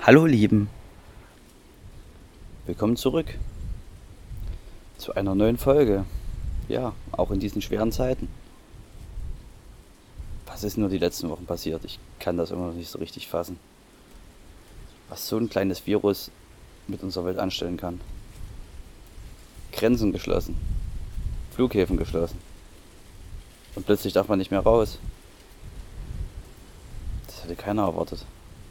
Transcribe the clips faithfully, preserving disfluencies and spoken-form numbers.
Hallo Lieben, willkommen zurück zu einer neuen Folge. Ja, auch in diesen schweren Zeiten. Was ist nur die letzten Wochen passiert? Ich kann das immer noch nicht so richtig fassen. Was so ein kleines Virus mit unserer Welt anstellen kann. Grenzen geschlossen, Flughäfen geschlossen. Und plötzlich darf man nicht mehr raus. Das hätte keiner erwartet.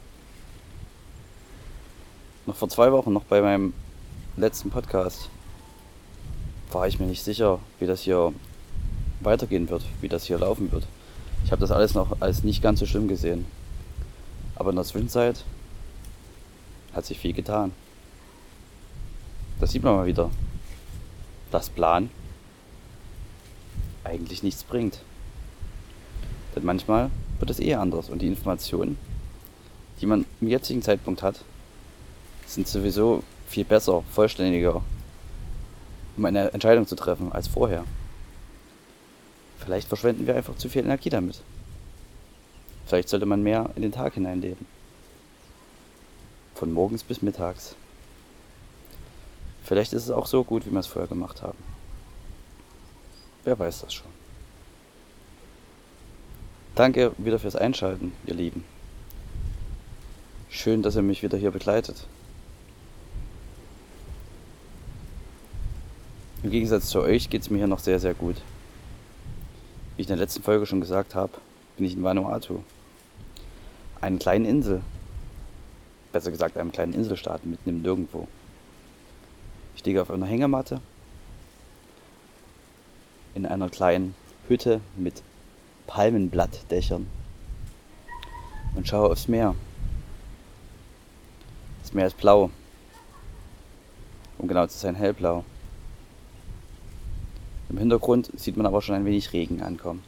Noch vor zwei Wochen, noch bei meinem letzten Podcast, war ich mir nicht sicher, wie das hier weitergehen wird, wie das hier laufen wird. Ich habe das alles noch als nicht ganz so schlimm gesehen. Aber in der Zwischenzeit hat sich viel getan. Das sieht man mal wieder. Dass Plan eigentlich nichts bringt. Denn manchmal wird es eh anders und die Informationen, die man im jetzigen Zeitpunkt hat, sind sowieso viel besser, vollständiger, um eine Entscheidung zu treffen als vorher. Vielleicht verschwenden wir einfach zu viel Energie damit. Vielleicht sollte man mehr in den Tag hineinleben. Von morgens bis mittags. Vielleicht ist es auch so gut, wie wir es vorher gemacht haben. Wer weiß das schon. Danke wieder fürs Einschalten, ihr Lieben. Schön, dass ihr mich wieder hier begleitet. Im Gegensatz zu euch geht es mir hier noch sehr, sehr gut. Wie ich in der letzten Folge schon gesagt habe, bin ich in Vanuatu. Eine kleine Insel. Besser gesagt, einem kleinen Inselstaat mitten im Nirgendwo. Ich liege auf einer Hängematte in einer kleinen Hütte mit Palmenblattdächern und schaue aufs Meer. Das Meer ist blau. Um genau zu sein, hellblau. Im Hintergrund sieht man aber schon ein wenig Regen ankommen.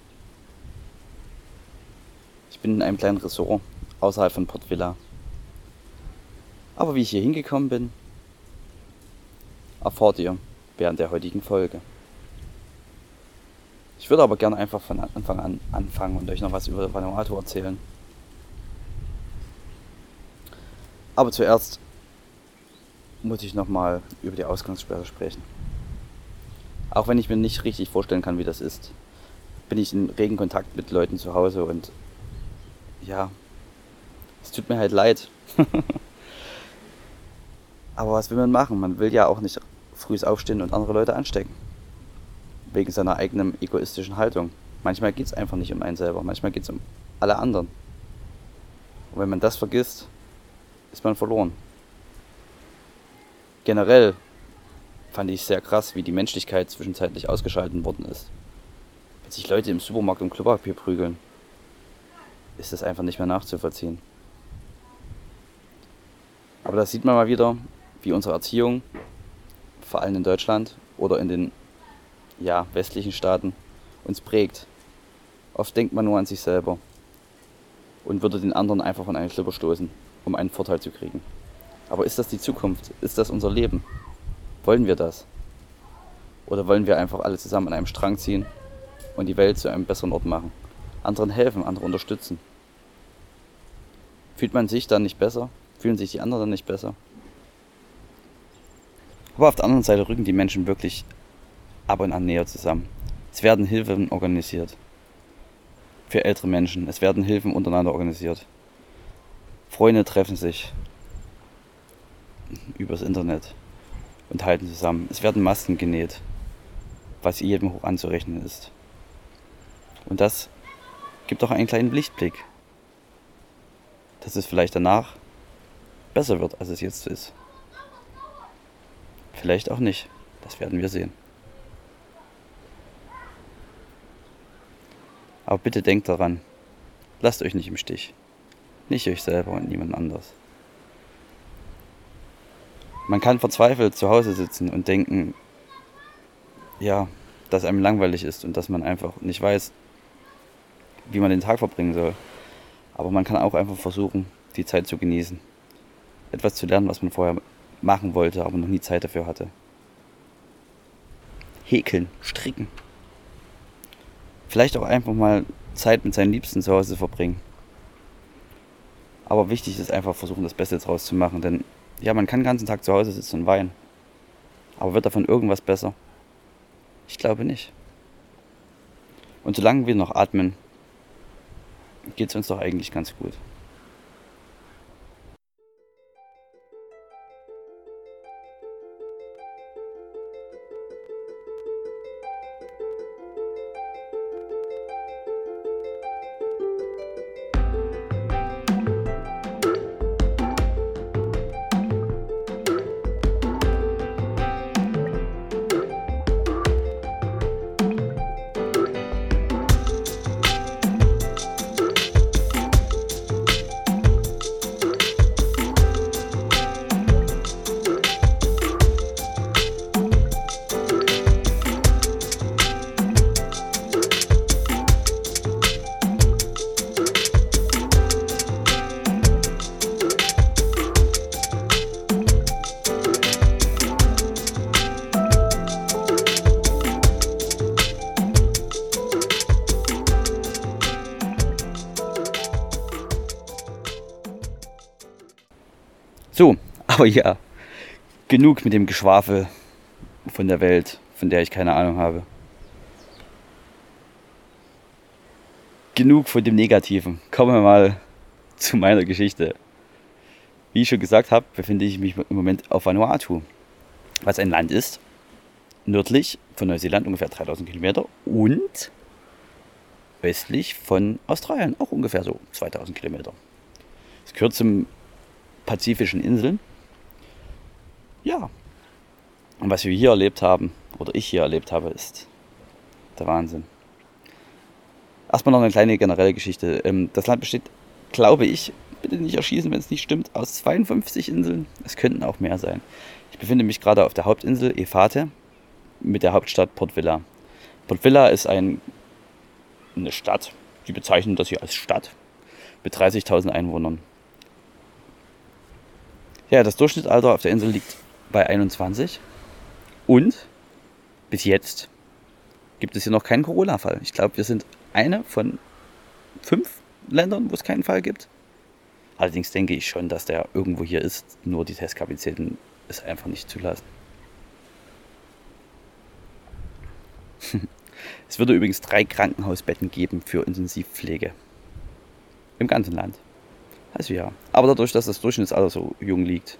Ich bin in einem kleinen Resort außerhalb von Port Vila. Aber wie ich hier hingekommen bin, erfahrt ihr während der heutigen Folge. Ich würde aber gerne einfach von Anfang an anfangen und euch noch was über Vanuatu erzählen. Aber zuerst muss ich nochmal über die Ausgangssperre sprechen. Auch wenn ich mir nicht richtig vorstellen kann, wie das ist, bin ich in regen Kontakt mit Leuten zu Hause und ja, es tut mir halt leid. Aber was will man machen? Man will ja auch nicht früh aufstehen und andere Leute anstecken. Wegen seiner eigenen egoistischen Haltung. Manchmal geht es einfach nicht um einen selber, manchmal geht es um alle anderen. Und wenn man das vergisst, ist man verloren. Generell fand ich sehr krass, wie die Menschlichkeit zwischenzeitlich ausgeschaltet worden ist. Wenn sich Leute im Supermarkt um Klopapier prügeln, ist das einfach nicht mehr nachzuvollziehen. Aber da sieht man mal wieder, wie unsere Erziehung, vor allem in Deutschland oder in den ja, westlichen Staaten, uns prägt. Oft denkt man nur an sich selber und würde den anderen einfach von einem Schlipper stoßen, um einen Vorteil zu kriegen. Aber ist das die Zukunft? Ist das unser Leben? Wollen wir das? Oder wollen wir einfach alle zusammen an einem Strang ziehen und die Welt zu einem besseren Ort machen? Anderen helfen, andere unterstützen. Fühlt man sich dann nicht besser? Fühlen sich die anderen dann nicht besser? Aber auf der anderen Seite rücken die Menschen wirklich ab und an näher zusammen. Es werden Hilfen organisiert. Für ältere Menschen. Es werden Hilfen untereinander organisiert. Freunde treffen sich übers Internet und halten zusammen. Es werden Masken genäht, was jedem hoch anzurechnen ist. Und das gibt auch einen kleinen Lichtblick, dass es vielleicht danach besser wird, als es jetzt ist. Vielleicht auch nicht. Das werden wir sehen. Aber bitte denkt daran, lasst euch nicht im Stich. Nicht euch selber und niemand anders. Man kann verzweifelt zu Hause sitzen und denken, ja, dass einem langweilig ist und dass man einfach nicht weiß, wie man den Tag verbringen soll. Aber man kann auch einfach versuchen, die Zeit zu genießen. Etwas zu lernen, was man vorher machen wollte, aber noch nie Zeit dafür hatte. Häkeln, stricken. Vielleicht auch einfach mal Zeit mit seinen Liebsten zu Hause verbringen. Aber wichtig ist einfach versuchen, das Beste draus zu machen. Denn ja, man kann den ganzen Tag zu Hause sitzen und weinen. Aber wird davon irgendwas besser? Ich glaube nicht. Und solange wir noch atmen, geht es uns doch eigentlich ganz gut. So, aber ja, genug mit dem Geschwafel von der Welt, von der ich keine Ahnung habe. Genug von dem Negativen. Kommen wir mal zu meiner Geschichte. Wie ich schon gesagt habe, befinde ich mich im Moment auf Vanuatu, was ein Land ist, nördlich von Neuseeland ungefähr dreitausend Kilometer und westlich von Australien auch ungefähr so zweitausend Kilometer. Es gehört zum Pazifischen Inseln. Ja. Und was wir hier erlebt haben, oder ich hier erlebt habe, ist der Wahnsinn. Erstmal noch eine kleine generelle Geschichte. Das Land besteht, glaube ich, bitte nicht erschießen, wenn es nicht stimmt, aus zweiundfünfzig Inseln. Es könnten auch mehr sein. Ich befinde mich gerade auf der Hauptinsel Efate mit der Hauptstadt Port Vila. Port Vila ist ein, eine Stadt, die bezeichnen das hier als Stadt, mit dreißigtausend Einwohnern. Ja, das Durchschnittsalter auf der Insel liegt bei einundzwanzig und bis jetzt gibt es hier noch keinen Corona-Fall. Ich glaube, wir sind eine von fünf Ländern, wo es keinen Fall gibt. Allerdings denke ich schon, dass der irgendwo hier ist, nur die Testkapazitäten es einfach nicht zulassen. Es würde übrigens drei Krankenhausbetten geben für Intensivpflege im ganzen Land. Also ja, aber dadurch, dass das Durchschnittsalter so jung liegt,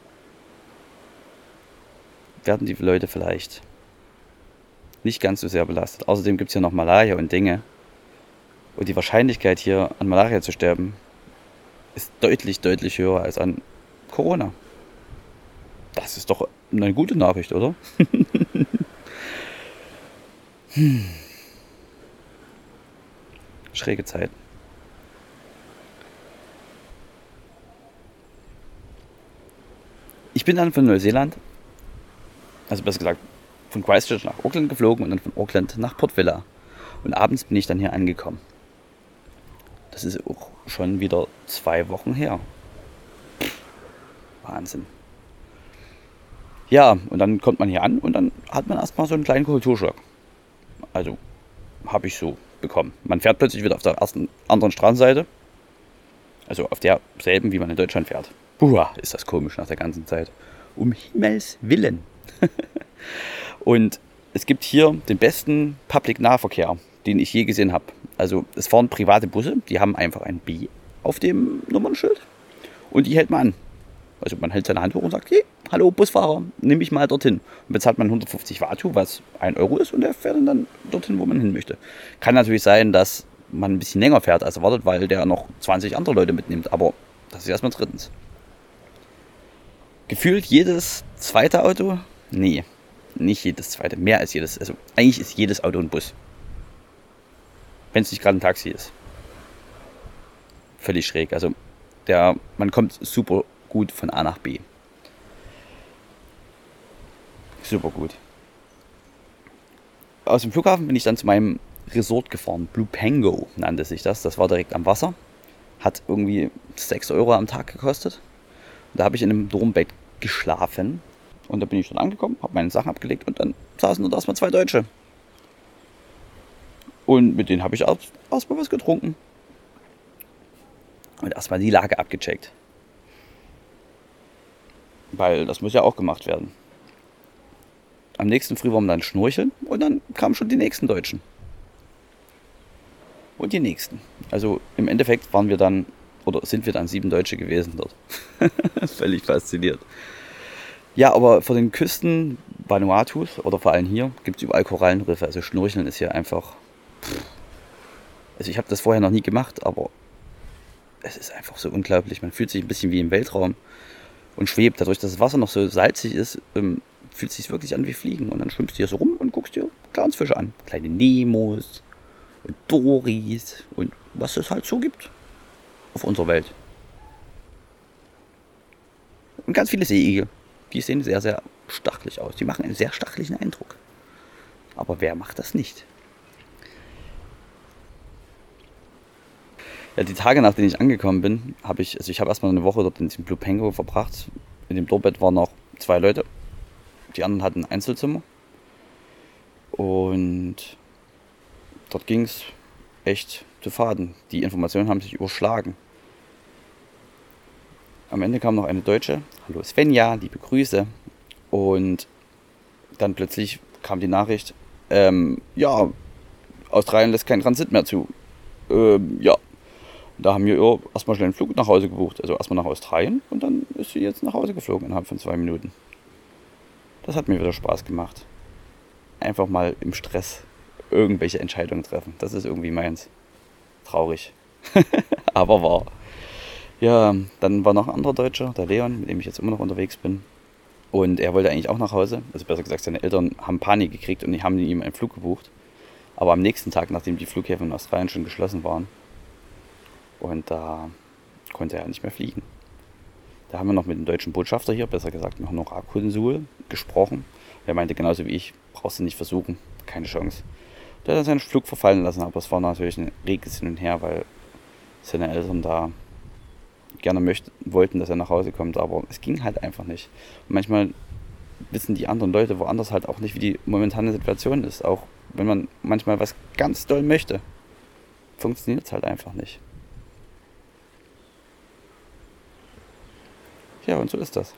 werden die Leute vielleicht nicht ganz so sehr belastet. Außerdem gibt es hier noch Malaria und Dinge. Und die Wahrscheinlichkeit hier an Malaria zu sterben ist deutlich, deutlich höher als an Corona. Das ist doch eine gute Nachricht, oder? hm. Schräge Zeiten. Ich bin dann von Neuseeland, also besser gesagt von Christchurch nach Auckland geflogen und dann von Auckland nach Port Vila. Und abends bin ich dann hier angekommen. Das ist auch schon wieder zwei Wochen her. Wahnsinn. Ja, und dann kommt man hier an und dann hat man erstmal so einen kleinen Kulturschock. Also habe ich so bekommen. Man fährt plötzlich wieder auf der ersten, anderen Straßenseite. Also auf derselben, wie man in Deutschland fährt. Puh, ist das komisch nach der ganzen Zeit. Um Himmels Willen. Und es gibt hier den besten Public-Nahverkehr, den ich je gesehen habe. Also es fahren private Busse, die haben einfach ein B auf dem Nummernschild und die hält man an. Also man hält seine Hand hoch und sagt, hey, hallo Busfahrer, nimm mich mal dorthin. Und bezahlt man hundertfünfzig Watu, was ein Euro ist, und der fährt dann dorthin, wo man hin möchte. Kann natürlich sein, dass man ein bisschen länger fährt als erwartet, weil der noch zwanzig andere Leute mitnimmt, aber das ist erstmal drittens. Gefühlt jedes zweite Auto? Nee, nicht jedes zweite, mehr als jedes. Also eigentlich ist jedes Auto ein Bus. Wenn es nicht gerade ein Taxi ist. Völlig schräg. Also der, man kommt super gut von A nach B. Super gut. Aus dem Flughafen bin ich dann zu meinem Resort gefahren. Blue Pango nannte sich das. Das war direkt am Wasser. Hat irgendwie sechs Euro am Tag gekostet. Und da habe ich in einem Dormbett geschlafen. Und da bin ich dann angekommen, habe meine Sachen abgelegt und dann saßen dort erstmal zwei Deutsche. Und mit denen habe ich erstmal was getrunken. Und erstmal die Lage abgecheckt. weil das muss ja auch gemacht werden. Am nächsten Früh waren wir dann schnorcheln und dann kamen schon die nächsten Deutschen. Und die nächsten. Also im Endeffekt waren wir dann, oder sind wir dann sieben Deutsche gewesen dort. Völlig fasziniert. Ja, aber vor den Küsten Vanuatus oder vor allem hier gibt es überall Korallenriffe. Also Schnorcheln ist hier einfach... Pff. Also ich habe das vorher noch nie gemacht, aber es ist einfach so unglaublich. Man fühlt sich ein bisschen wie im Weltraum und schwebt. Dadurch, dass das Wasser noch so salzig ist, ähm, fühlt es sich wirklich an wie Fliegen. Und dann schwimmst du hier so rum und guckst dir Clownsfische an. Kleine Nemos und Doris und was es halt so gibt auf unserer Welt. Und ganz viele Seeigel. Die sehen sehr, sehr stachelig aus. Die machen einen sehr stachlichen Eindruck. Aber wer macht das nicht? Ja, die Tage, nachdem ich angekommen bin, habe ich, also ich habe erstmal eine Woche dort in diesem Blue Penguin verbracht. In dem Doorbett waren noch zwei Leute. Die anderen hatten ein Einzelzimmer. Und dort ging es echt zu Faden. Die Informationen haben sich überschlagen. Am Ende kam noch eine Deutsche. Hallo Svenja, liebe Grüße. Und dann plötzlich kam die Nachricht, ähm, ja, Australien lässt keinen Transit mehr zu. Ähm, ja. Und da haben wir ihr erstmal schnell einen Flug nach Hause gebucht. Also erstmal nach Australien und dann ist sie jetzt nach Hause geflogen innerhalb von zwei Minuten. Das hat mir wieder Spaß gemacht. Einfach mal im Stress irgendwelche Entscheidungen treffen. Das ist irgendwie meins. Traurig. Aber wahr. Ja, dann war noch ein anderer Deutscher, der Leon, mit dem ich jetzt immer noch unterwegs bin. Und er wollte eigentlich auch nach Hause. Also besser gesagt, seine Eltern haben Panik gekriegt und die haben ihm einen Flug gebucht. Aber am nächsten Tag, nachdem die Flughäfen in Australien schon geschlossen waren, und da konnte er nicht mehr fliegen. Da haben wir noch mit dem deutschen Botschafter hier, besser gesagt mit Honorarkonsul, gesprochen. Er meinte genauso wie ich, brauchst du nicht versuchen, keine Chance. Der hat dann seinen Flug verfallen lassen, aber es war natürlich ein reges Hin und Her, weil seine Eltern da gerne möchten, wollten, dass er nach Hause kommt, aber es ging halt einfach nicht. Und manchmal wissen die anderen Leute woanders halt auch nicht, wie die momentane Situation ist. Auch wenn man manchmal was ganz doll möchte, funktioniert es halt einfach nicht. Ja, und so ist das.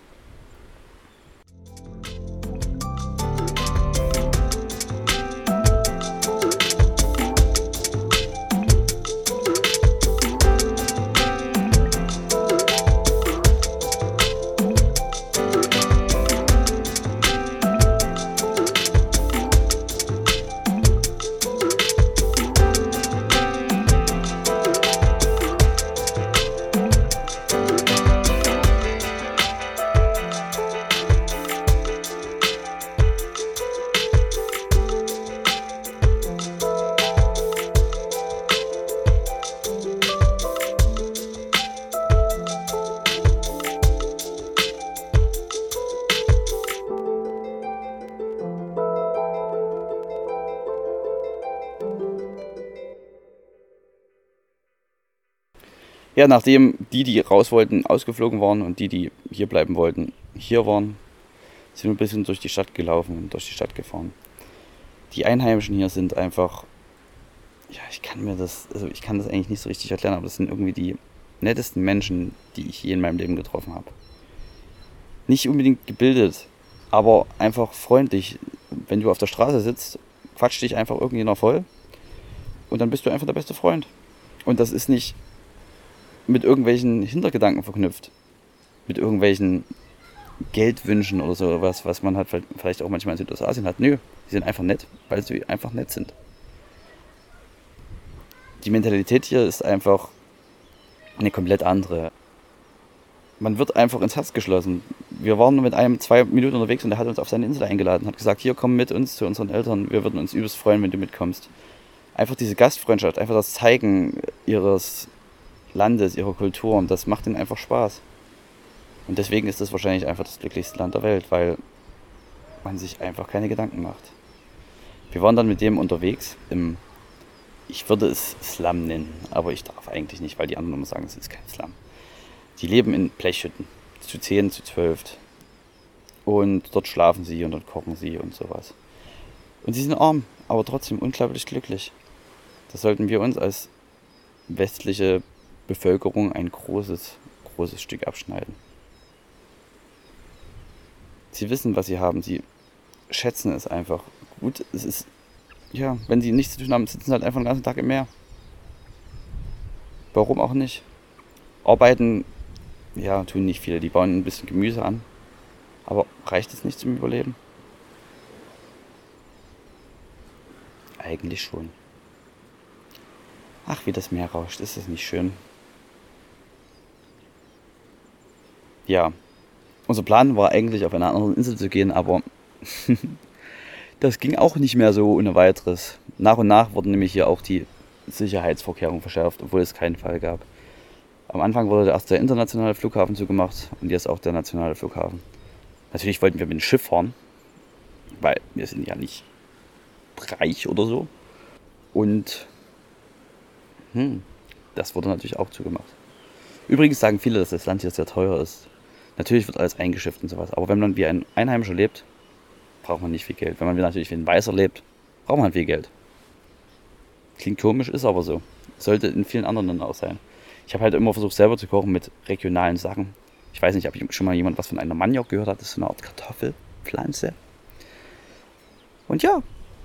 Ja, nachdem die, die raus wollten, ausgeflogen waren und die, die hier bleiben wollten, hier waren, sind wir ein bisschen durch die Stadt gelaufen und durch die Stadt gefahren. Die Einheimischen hier sind einfach, ja, ich kann mir das, also ich kann das eigentlich nicht so richtig erklären, aber das sind irgendwie die nettesten Menschen, die ich je in meinem Leben getroffen habe. Nicht unbedingt gebildet, aber einfach freundlich. Wenn du auf der Straße sitzt, quatscht dich einfach irgendjemand voll und dann bist du einfach der beste Freund. Und das ist nicht mit irgendwelchen Hintergedanken verknüpft, mit irgendwelchen Geldwünschen oder sowas, was man halt vielleicht auch manchmal in Südostasien hat. Nö, die sind einfach nett, weil sie einfach nett sind. Die Mentalität hier ist einfach eine komplett andere. Man wird einfach ins Herz geschlossen. Wir waren mit einem zwei Minuten unterwegs und er hat uns auf seine Insel eingeladen, hat gesagt, hier komm mit uns zu unseren Eltern, wir würden uns übelst freuen, wenn du mitkommst. Einfach diese Gastfreundschaft, einfach das Zeigen ihres Landes, ihrer Kultur, und das macht ihnen einfach Spaß. Und deswegen ist das wahrscheinlich einfach das glücklichste Land der Welt, weil man sich einfach keine Gedanken macht. Wir waren dann mit dem unterwegs im, ich würde es Slum nennen, aber ich darf eigentlich nicht, weil die anderen immer sagen, es ist kein Slum. Die leben in Blechhütten, zu zehn, zu zwölf. Und dort schlafen sie und dort kochen sie und sowas. Und sie sind arm, aber trotzdem unglaublich glücklich. Das sollten wir uns als westliche Bevölkerung ein großes, großes Stück abschneiden. Sie wissen, was sie haben. Sie schätzen es einfach. Gut, es ist, ja, wenn sie nichts zu tun haben, sitzen sie halt einfach den ganzen Tag im Meer. Warum auch nicht? Arbeiten, ja, tun nicht viele. Die bauen ein bisschen Gemüse an. Aber reicht es nicht zum Überleben? Eigentlich schon. Ach, wie das Meer rauscht. Ist das nicht schön? Ja, unser Plan war eigentlich auf eine andere Insel zu gehen, aber das ging auch nicht mehr so ohne weiteres. Nach und nach wurden nämlich hier auch die Sicherheitsvorkehrungen verschärft, obwohl es keinen Fall gab. Am Anfang wurde erst der internationale Flughafen zugemacht und jetzt auch der nationale Flughafen. Natürlich wollten wir mit dem Schiff fahren, weil wir sind ja nicht reich oder so. Und hm, das wurde natürlich auch zugemacht. Übrigens sagen viele, dass das Land hier sehr teuer ist. Natürlich wird alles eingeschifft und sowas. Aber wenn man wie ein Einheimischer lebt, braucht man nicht viel Geld. Wenn man natürlich wie ein Weißer lebt, braucht man viel Geld. Klingt komisch, ist aber so. Sollte in vielen anderen Ländern auch sein. Ich habe halt immer versucht, selber zu kochen mit regionalen Sachen. Ich weiß nicht, ob schon mal jemand was von einer Maniok gehört hat. Das ist so eine Art Kartoffelpflanze. Und ja,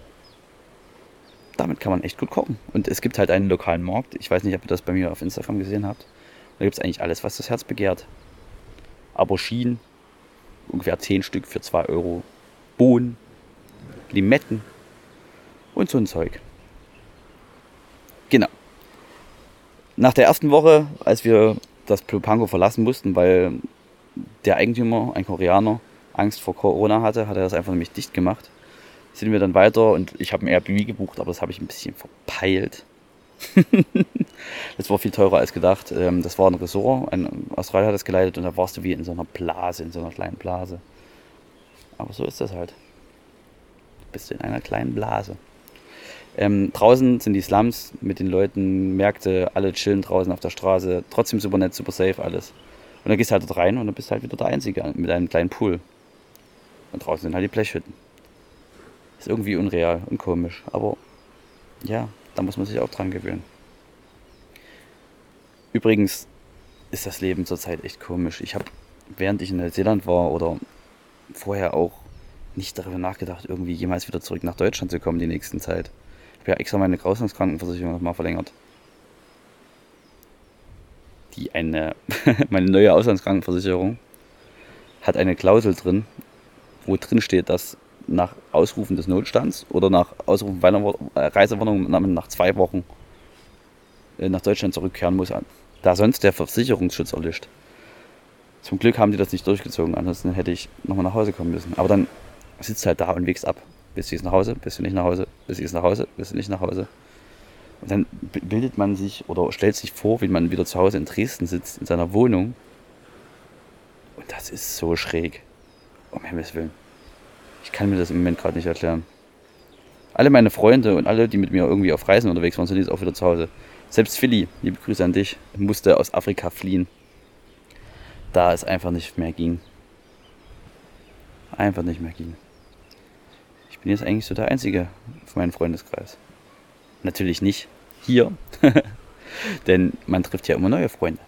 damit kann man echt gut kochen. Und es gibt halt einen lokalen Markt. Ich weiß nicht, ob ihr das bei mir auf Instagram gesehen habt. Da gibt es eigentlich alles, was das Herz begehrt. Auberginen, ungefähr zehn Stück für zwei Euro. Bohnen, Limetten und so ein Zeug. Genau. Nach der ersten Woche, als wir das Plopango verlassen mussten, weil der Eigentümer, ein Koreaner, Angst vor Corona hatte, hat er das einfach nämlich dicht gemacht. Sind wir dann weiter und ich habe ein Airbnb gebucht, aber das habe ich ein bisschen verpeilt. Das war viel teurer als gedacht. Das war ein Resort, ein Australier hat das geleitet und da warst du wie in so einer Blase, in so einer kleinen Blase. Aber so ist das halt. Du bist in einer kleinen Blase. Ähm, draußen sind die Slums mit den Leuten, Märkte, alle chillen draußen auf der Straße. Trotzdem super nett, super safe alles. Und dann gehst du halt dort rein und dann bist du halt wieder der Einzige mit einem kleinen Pool. Und draußen sind halt die Blechhütten. Ist irgendwie unreal und komisch. Aber ja, da muss man sich auch dran gewöhnen. Übrigens ist das Leben zurzeit echt komisch. Ich habe, während ich in Neuseeland war oder vorher auch, nicht darüber nachgedacht, irgendwie jemals wieder zurück nach Deutschland zu kommen die nächsten Zeit. Ich habe ja extra meine Auslandskrankenversicherung nochmal verlängert. Die eine, meine neue Auslandskrankenversicherung hat eine Klausel drin, wo drin steht, dass nach Ausrufen des Notstands oder nach Ausrufen meiner Reisewarnung nach zwei Wochen nach Deutschland zurückkehren muss, da sonst der Versicherungsschutz erlischt. Zum Glück haben die das nicht durchgezogen, ansonsten hätte ich nochmal nach Hause kommen müssen. Aber dann sitzt du halt da und wächst ab. Bist du jetzt nach Hause, bist du nicht nach Hause, bist du jetzt nach Hause, bist du nicht nach Hause. Und dann bildet man sich oder stellt sich vor, wie man wieder zu Hause in Dresden sitzt, in seiner Wohnung. Und das ist so schräg. Um Himmels Willen. Ich kann mir das im Moment gerade nicht erklären. Alle meine Freunde und alle, die mit mir irgendwie auf Reisen unterwegs waren, sind jetzt auch wieder zu Hause. Selbst Philly, liebe Grüße an dich, musste aus Afrika fliehen. Da es einfach nicht mehr ging. Einfach nicht mehr ging. Ich bin jetzt eigentlich so der Einzige von meinem Freundeskreis. Natürlich nicht hier, denn man trifft ja immer neue Freunde.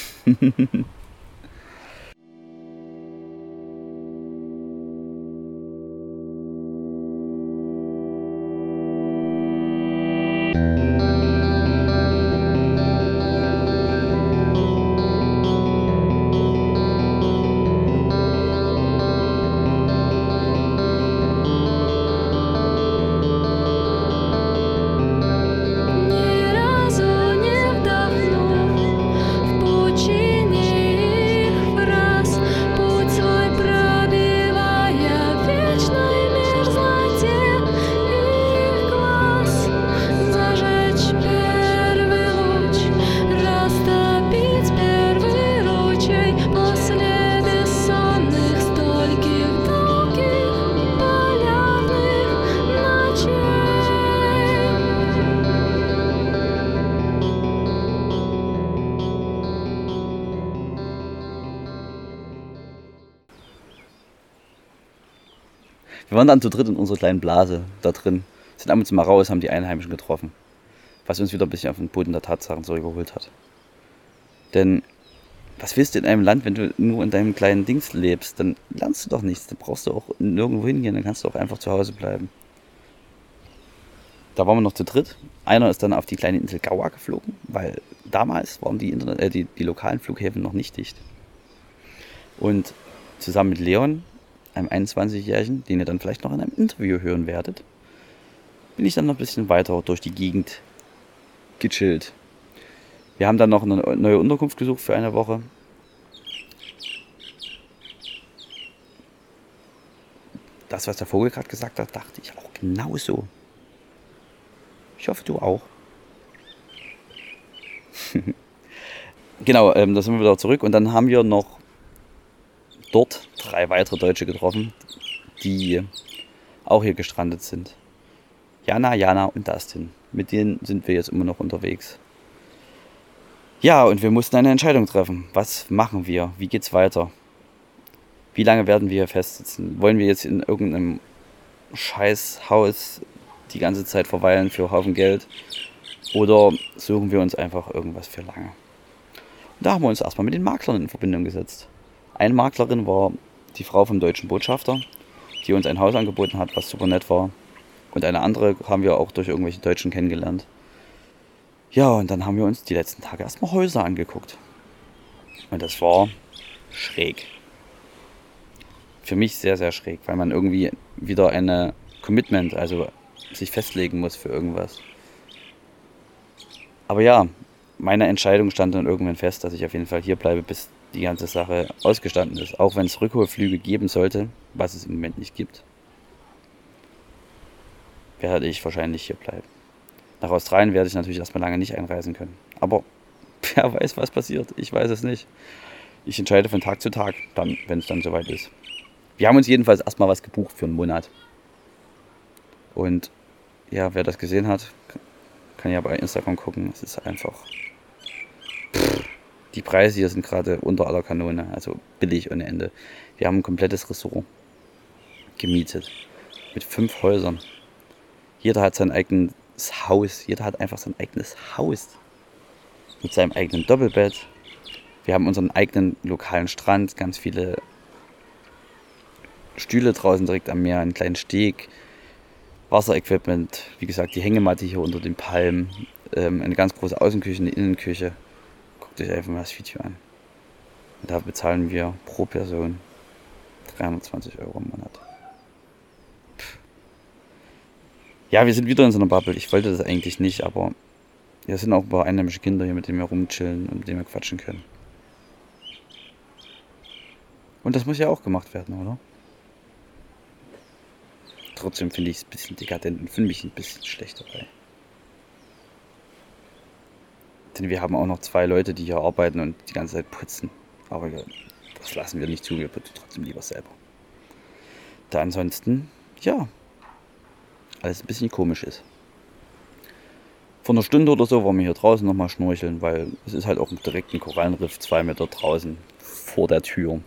Wir waren dann zu dritt in unserer kleinen Blase da drin, sind ab und zu mal raus, haben die Einheimischen getroffen, was uns wieder ein bisschen auf den Boden der Tatsachen zurückgeholt hat. Denn Was willst du in einem Land, wenn du nur in deinem kleinen Dings lebst? Dann lernst du doch nichts. Dann brauchst du auch nirgendwo hingehen. Dann kannst du auch einfach zu Hause bleiben. Da waren wir noch zu dritt. Einer ist dann auf die kleine Insel Gaua geflogen, weil damals waren die, Internet, äh, die, die lokalen Flughäfen noch nicht dicht. Und zusammen mit Leon, einem einundzwanzigjährigen, den ihr dann vielleicht noch in einem Interview hören werdet, bin ich dann noch ein bisschen weiter durch die Gegend gechillt. Wir haben dann noch eine neue Unterkunft gesucht für eine Woche. Das, was der Vogel gerade gesagt hat, dachte ich auch genauso. Ich hoffe, du auch. Genau, ähm, da sind wir wieder zurück. Und dann haben wir noch dort drei weitere Deutsche getroffen, die auch hier gestrandet sind. Jana, Jana und Dustin. Mit denen sind wir jetzt immer noch unterwegs. Ja, und wir mussten eine Entscheidung treffen. Was machen wir? Wie geht's weiter? Wie lange werden wir hier festsitzen? Wollen wir jetzt in irgendeinem Scheißhaus die ganze Zeit verweilen für Haufen Geld? Oder suchen wir uns einfach irgendwas für lange? Und da haben wir uns erstmal mit den Maklern in Verbindung gesetzt. Eine Maklerin war die Frau vom deutschen Botschafter, die uns ein Haus angeboten hat, was super nett war. Und eine andere haben wir auch durch irgendwelche Deutschen kennengelernt. Ja, und dann haben wir uns die letzten Tage erstmal Häuser angeguckt. Und das war schräg. Für mich sehr, sehr schräg, weil man irgendwie wieder eine Commitment, also sich festlegen muss für irgendwas. Aber ja, meine Entscheidung stand dann irgendwann fest, dass ich auf jeden Fall hier bleibe, bis die ganze Sache ausgestanden ist. Auch wenn es Rückholflüge geben sollte, was es im Moment nicht gibt, werde ich wahrscheinlich hier bleiben. Nach Australien werde ich natürlich erstmal lange nicht einreisen können. Aber wer weiß, was passiert. Ich weiß es nicht. Ich entscheide von Tag zu Tag, dann, wenn es dann soweit ist. Wir haben uns jedenfalls erstmal was gebucht für einen Monat. Und ja, wer das gesehen hat, kann ja bei Instagram gucken. Es ist einfach... Pff, die Preise hier sind gerade unter aller Kanone. Also billig ohne Ende. Wir haben ein komplettes Ressort gemietet. Mit fünf Häusern. Jeder hat sein eigenes Haus. Jeder hat einfach sein eigenes Haus. Mit seinem eigenen Doppelbett. Wir haben unseren eigenen lokalen Strand. Ganz viele Stühle draußen direkt am Meer. Einen kleinen Steg. Wasserequipment. Wie gesagt, die Hängematte hier unter den Palmen. Ähm, eine ganz große Außenküche, eine Innenküche. Guckt euch einfach mal das Video an. Und da bezahlen wir pro Person dreihundertzwanzig Euro im Monat. Pff. Ja, wir sind wieder in so einer Bubble. Ich wollte das eigentlich nicht, aber wir sind auch ein paar einheimische Kinder hier, mit denen wir rumchillen und mit denen wir quatschen können. Und das muss ja auch gemacht werden, oder? Trotzdem finde ich es ein bisschen dekadent und fühle mich ein bisschen schlecht dabei. Denn wir haben auch noch zwei Leute, die hier arbeiten und die ganze Zeit putzen. Aber das lassen wir nicht zu, wir putzen trotzdem lieber selber. Da ansonsten, ja, alles ein bisschen komisch ist. Vor einer Stunde oder so waren wir hier draußen nochmal schnorcheln, weil es ist halt auch direkt ein Korallenriff, zwei Meter draußen vor der Tür.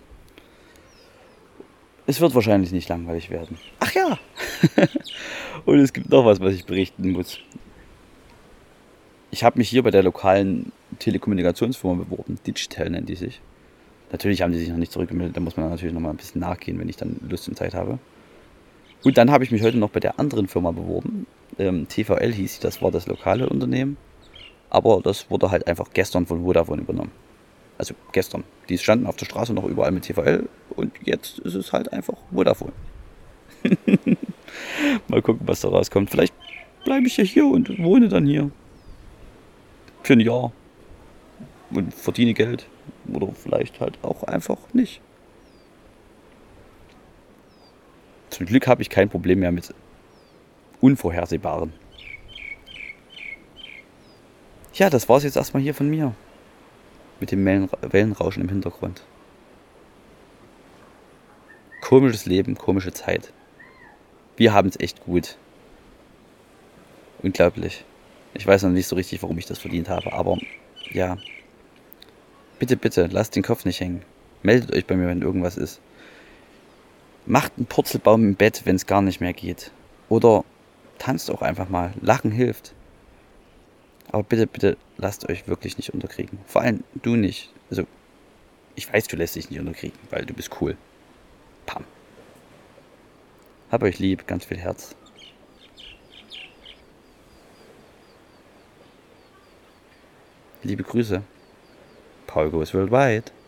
Es wird wahrscheinlich nicht langweilig werden. Ach ja! Und es gibt noch was, was ich berichten muss. Ich habe mich hier bei der lokalen Telekommunikationsfirma beworben. Digital nennt die sich. Natürlich haben die sich noch nicht zurückgemeldet. Da muss man natürlich noch mal ein bisschen nachgehen, wenn ich dann Lust und Zeit habe. Und dann habe ich mich heute noch bei der anderen Firma beworben. Ähm, T V L hieß sie, das war das lokale Unternehmen. Aber das wurde halt einfach gestern von Vodafone übernommen. Also gestern. Die standen auf der Straße noch überall mit T V L. Und jetzt ist es halt einfach Vodafone. Mal gucken, was da rauskommt. Vielleicht bleibe ich ja hier und wohne dann hier. Für ein Jahr. Und verdiene Geld. Oder vielleicht halt auch einfach nicht. Zum Glück habe ich kein Problem mehr mit Unvorhersehbaren. Ja, das war's jetzt erstmal hier von mir. Mit dem Wellenrauschen im Hintergrund. Komisches Leben, komische Zeit. Wir haben es echt gut. Unglaublich. Ich weiß noch nicht so richtig, warum ich das verdient habe, aber ja. Bitte, bitte, lasst den Kopf nicht hängen. Meldet euch bei mir, wenn irgendwas ist. Macht einen Purzelbaum im Bett, wenn es gar nicht mehr geht. Oder tanzt auch einfach mal. Lachen hilft. Aber bitte, bitte, lasst euch wirklich nicht unterkriegen. Vor allem du nicht. Also, Ich weiß, du lässt dich nicht unterkriegen, weil du bist cool. Pam. Hab euch lieb, ganz viel Herz. Liebe Grüße. Paul goes worldwide.